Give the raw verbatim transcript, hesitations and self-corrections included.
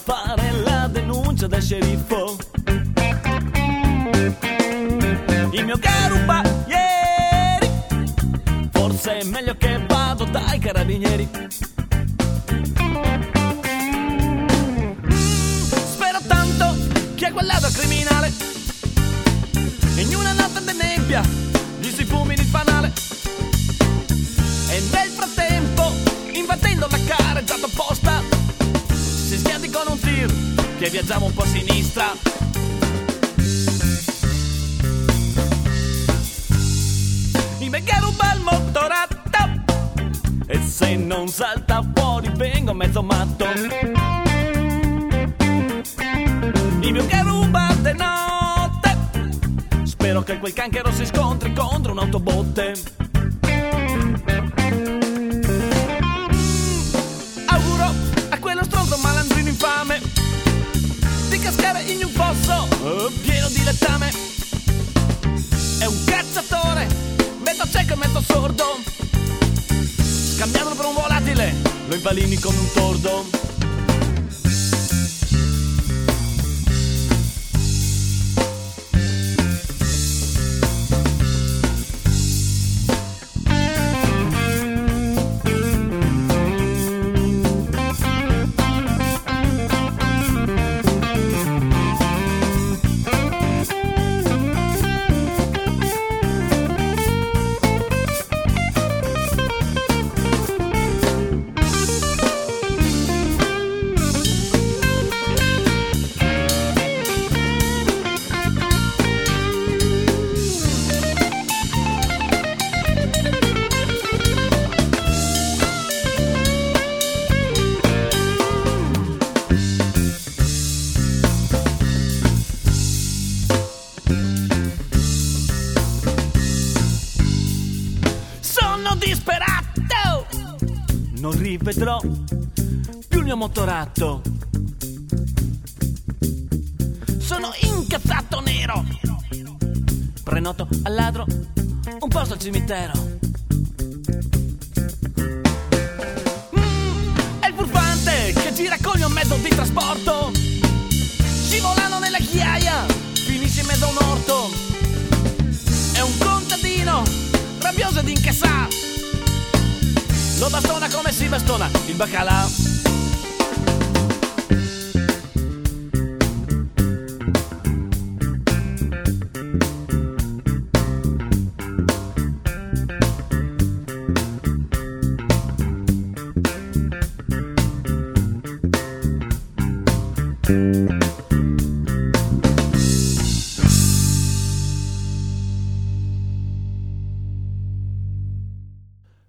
fare la denuncia del sceriffo. Il mio carabinieri, forse è meglio che vado dai carabinieri. Spero tanto che quel ladro criminale in una notte di nebbia gli si fumini il fanale. E nel frattempo, invadendo la careggiata apposta, si schianti con un tir che viaggiamo un po' a sinistra. Mi mega ruba il motorato e se non salta fuori vengo mezzo matto. Il mio che ruba de notte, spero che quel canchero si scontri contro un'autobotte. Auguro a quello stronzo malandrino infame di cascare in un fosso oh, pieno di lettame. È un cacciatore, metto cieco e metto sordo. Scambiandolo per un volatile, lo impalini come un tordo. Disperato, non rivedrò più il mio motorato. Sono incazzato nero, prenoto al ladro un posto al cimitero. Mm, è il furfante che gira con il mio mezzo di trasporto, scivolando nella chiaia finisce in mezzo a un orto. È un contadino rabbioso ed incassato, lo bastona come si bastona il baccalà.